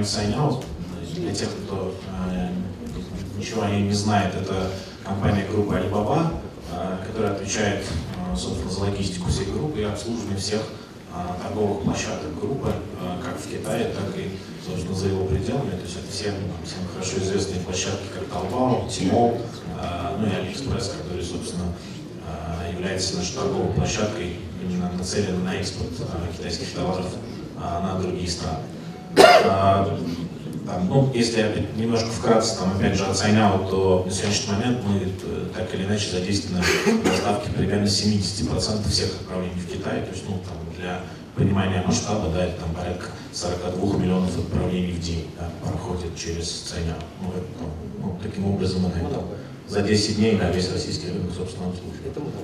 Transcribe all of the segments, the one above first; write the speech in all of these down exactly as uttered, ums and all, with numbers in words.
компания Signout. Для тех, кто э, ничего о ней не знает, это компания группы Alibaba, э, которая отвечает, э, собственно, за логистику всей группы и обслуживание всех э, торговых площадок группы, э, как в Китае, так и, собственно, за его пределами. То есть это все всем хорошо известные площадки, как Taobao, Tmall, э, ну и AliExpress, который, собственно, э, является нашей торговой площадкой, именно нацеленной на экспорт э, китайских товаров э, на другие страны. Там, ну, если немножко вкратце, там, опять же, оценил, то на сегодняшний момент мы так или иначе задействованы в поставке примерно семьдесят процентов всех отправлений в Китай. То есть, ну, там, для понимания масштаба, да, это там порядка сорок два миллионов отправлений в день, да, проходит через Цайня. Ну, ну, таким образом, мы, наверное, за десять дней, да, весь российский рынок, собственно, обслуживаем.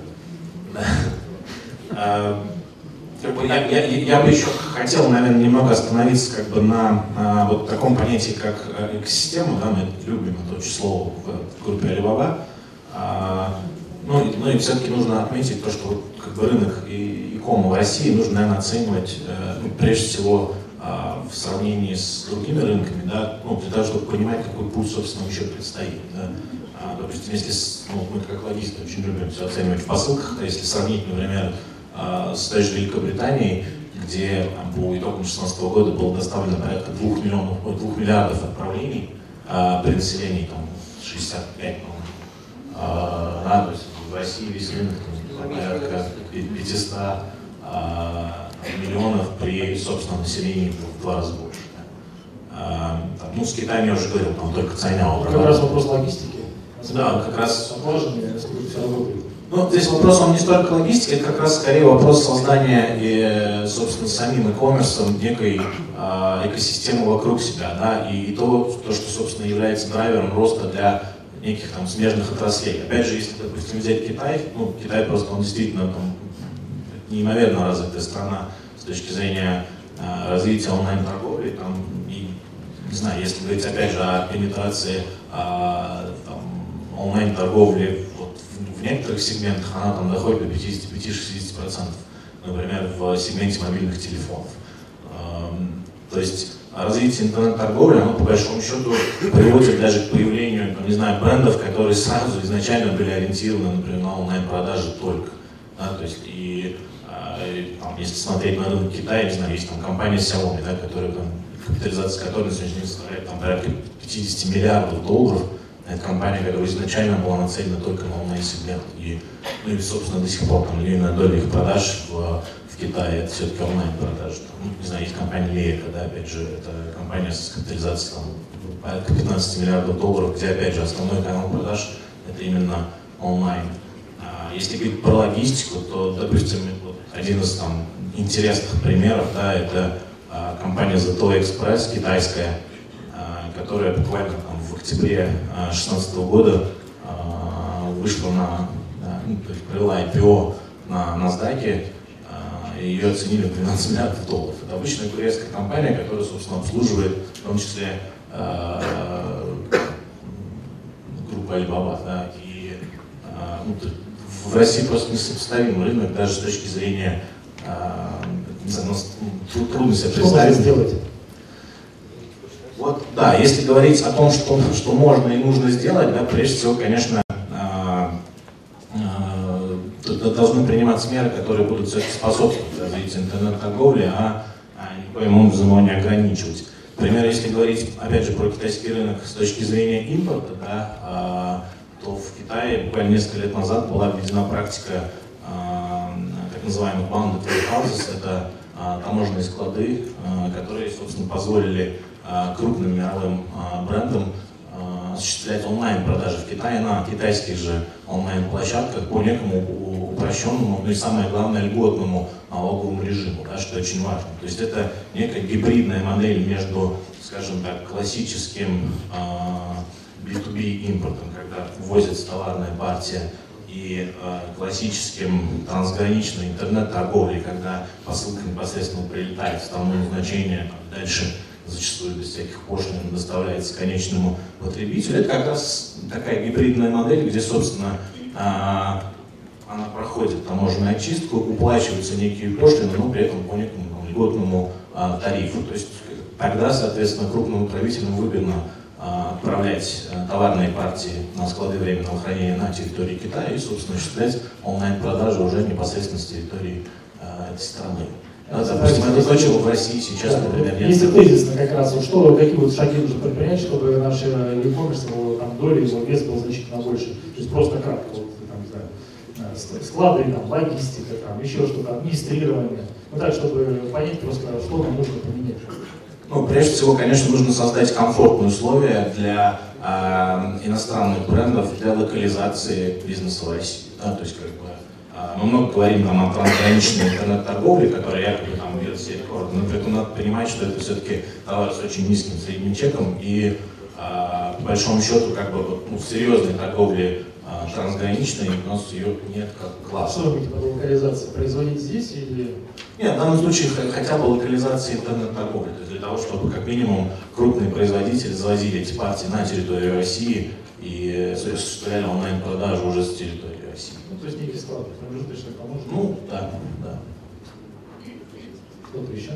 Да. Я, я, я бы еще хотел, наверное, немного остановиться как бы на, на вот таком понятии, как экосистема. Да, мы любим это очень слово в группе Alibaba. А, ну, ну и все-таки нужно отметить то, что вот, как бы рынок e-com в России нужно, наверное, оценивать ну, прежде всего а, в сравнении с другими рынками, да, ну, для того, чтобы понимать, какой путь, собственно, еще предстоит. Да. А, допустим, если ну, мы как логисты очень любим все оценивать в посылках, да, если сравнить, например, с той же Великобританией, где там, по итогам две тысячи шестнадцатого года было доставлено порядка двух миллионов, двух миллиардов отправлений а, при населении там, шестьдесят пять, а, да, то есть в России весь рынок там, порядка пятьсот а, миллионов при собственном населении в два раза больше. Да. А, там, ну, с Китаем я уже говорил, там только Цайняо. Как раз вопрос логистики. Да, как раз. Отложение, насколько все работает. Ну, здесь вопрос, он не столько логистики, это как раз скорее вопрос создания, и, собственно, самим e-commerce некой э, экосистемы вокруг себя, да, и, и то, то, что, собственно, является драйвером роста для неких там смежных отраслей. Опять же, если, допустим, взять Китай, ну, Китай просто, он действительно там, неимоверно развитая страна с точки зрения э, развития онлайн-торговли, там, и, не знаю, если говорить, опять же, о пенетрации э, онлайн-торговли, в некоторых сегментах она там доходит до пятидесяти-шестидесяти процентов, например, в сегменте мобильных телефонов. То есть развитие интернет-торговли, оно по большому счету приводит даже к появлению, там, не знаю, брендов, которые сразу изначально были ориентированы, например, на онлайн-продажи только. Да, то есть и, и там, если смотреть на рынок Китая, не знаю, есть там компания Xiaomi, да, которая там, капитализация которой на сегодняшний день составляет там, порядка пятьдесят миллиардов долларов. Это компания, которая изначально была нацелена только на онлайн-сегмент. И, ну, и, собственно, до сих пор там львиная доля их продаж в, в Китае это все-таки онлайн-продажи. Ну, не знаю, есть компания Leica, да, опять же, это компания с капитализацией там, порядка пятнадцати миллиардов долларов, где, опять же, основной канал продаж это именно онлайн. А если говорить про логистику, то, допустим, вот один из там, интересных примеров, да, это а, компания Zalto Express, китайская, а, которая буквально там, в октябре две тысячи шестнадцатого года а, вышла на, ну, то есть провела ай пи о на NASDAQ, а, и ее оценили в двенадцать миллиардов долларов. Это обычная курьерская компания, которая, собственно, обслуживает в том числе а, группу Alibaba. Да, и а, ну, в России просто несопоставимый рынок даже с точки зрения, а, не знаю, ну, трудно себе представить. Что можно сделать? Вот, да, если говорить о том, что, что можно и нужно сделать, да, прежде всего, конечно, э, э, должны приниматься меры, которые будут все-таки способствовать развитию интернет-торговли, а, а никоим образом его не ограничивать. Например, если говорить, опять же, про китайский рынок с точки зрения импорта, да, э, то в Китае буквально несколько лет назад была введена практика э, так называемых bounded warehouses, это э, таможенные склады, э, которые, собственно, позволили крупным мировым а, брендам а, осуществлять онлайн-продажи в Китае на китайских же онлайн-площадках по некому упрощенному, ну и самое главное, льготному налоговому режиму, да, что очень важно. То есть это некая гибридная модель между, скажем так, классическим а, би ту би импортом, когда ввозится товарная партия, и э, классическим трансграничной интернет-торговлей, когда посылка непосредственно прилетает в страну назначения, дальше зачастую без всяких пошлин доставляется конечному потребителю. Это как раз такая гибридная модель, где, собственно, а, она проходит таможенную очистку, уплачиваются некие пошлины, но при этом по некому там, льготному а, тарифу. То есть тогда, соответственно, крупным отправителям выгодно отправлять товарные партии на склады временного хранения на территории Китая и, собственно, осуществлять онлайн-продажи уже непосредственно с территории э, этой страны. Да, допустим, это то, чего в России сейчас, да, например, нет. Если тезисно как раз, вот что, какие вот шаги нужно предпринять, чтобы наш e-commerce, его там доля, его вес был значительно больше. То есть просто кратко, вот, там, не знаю, склады, там, логистика, там, еще что-то, администрирование. Ну так, чтобы понять просто, что нам нужно поменять. Ну, прежде всего, конечно, нужно создать комфортные условия для э, иностранных брендов для локализации бизнеса в России. Да? То есть, как бы, э, мы много говорим там, о трансграничной интернет-торговле, которая якобы там бьет все рекорды, но при этом надо понимать, что это все-таки товар с очень низким средним чеком, и э, по большому счету, как бы, ну, в серьезной торговле э, трансграничной у нас ее нет как класса. Что вы говорите по локализации? Производить здесь или... Нет, в данном случае хотя бы локализация интернет-торговли, то есть для того, чтобы как минимум крупные производители завозили эти партии на территорию России и осуществляли онлайн-продажу уже с территории России. Ну, то есть некий склад, промежуточный поможет? Ну, да, да. Что-то еще?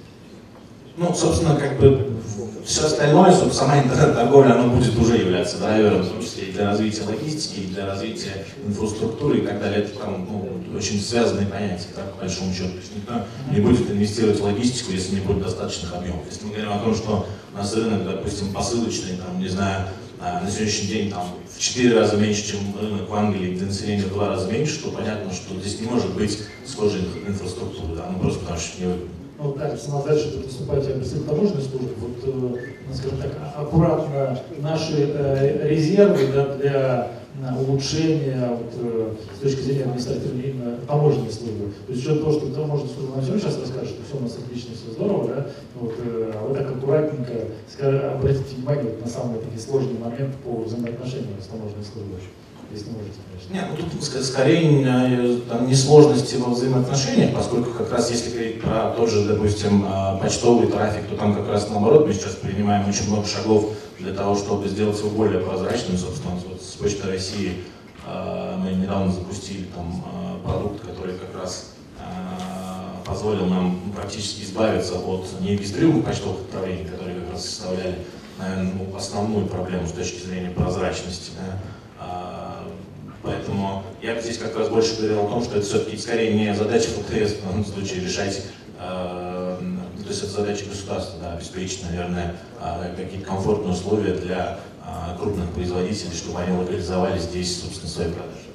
Ну, собственно, как бы все остальное, собственно, сама интернет-торговля, она будет уже являться драйвером, в том числе и для развития логистики, и для развития инфраструктуры и так далее. Это там, ну, очень связанные понятия, так, по большому счету. То есть никто не будет инвестировать в логистику, если не будет достаточных объемов. Если мы говорим о том, что у нас рынок, допустим, посылочный, там, не знаю, на сегодняшний день там, в четыре раза меньше, чем рынок в Англии, где население в два раза меньше, то понятно, что здесь не может быть схожей инфраструктуры, да, ну просто потому что не выгодно. Ну, так, если дальше поступать в представитель таможенной службы, вот, э, скажем так, аккуратно наши э, резервы, да, для на, улучшения вот, э, с точки зрения административной именно таможенной службы. То есть, учет того, что таможенная служба нам все сейчас расскажет, что все у нас отлично, все здорово, да, вот, э, а вы так аккуратненько скажите, обратите внимание вот, на самые такие сложные моменты по взаимоотношениям с таможенной службой. Если можете, конечно. Нет, ну тут скорее там, не сложности во взаимоотношениях, поскольку как раз если говорить про тот же, допустим, почтовый трафик, то там как раз наоборот мы сейчас принимаем очень много шагов для того, чтобы сделать его более прозрачным. Собственно, вот с Почтой России мы недавно запустили там продукт, который как раз позволил нам практически избавиться от нерегистрируемых почтовых отправлений, которые как раз составляли, наверное, ну, основную проблему с точки зрения прозрачности. Да? Поэтому я бы здесь как раз больше говорил о том, что это все-таки скорее не задача ФТС в данном случае решать, э, то есть это задача государства, да, обеспечить, наверное, э, какие-то комфортные условия для э, крупных производителей, чтобы они локализовали здесь, собственно, свои продажи.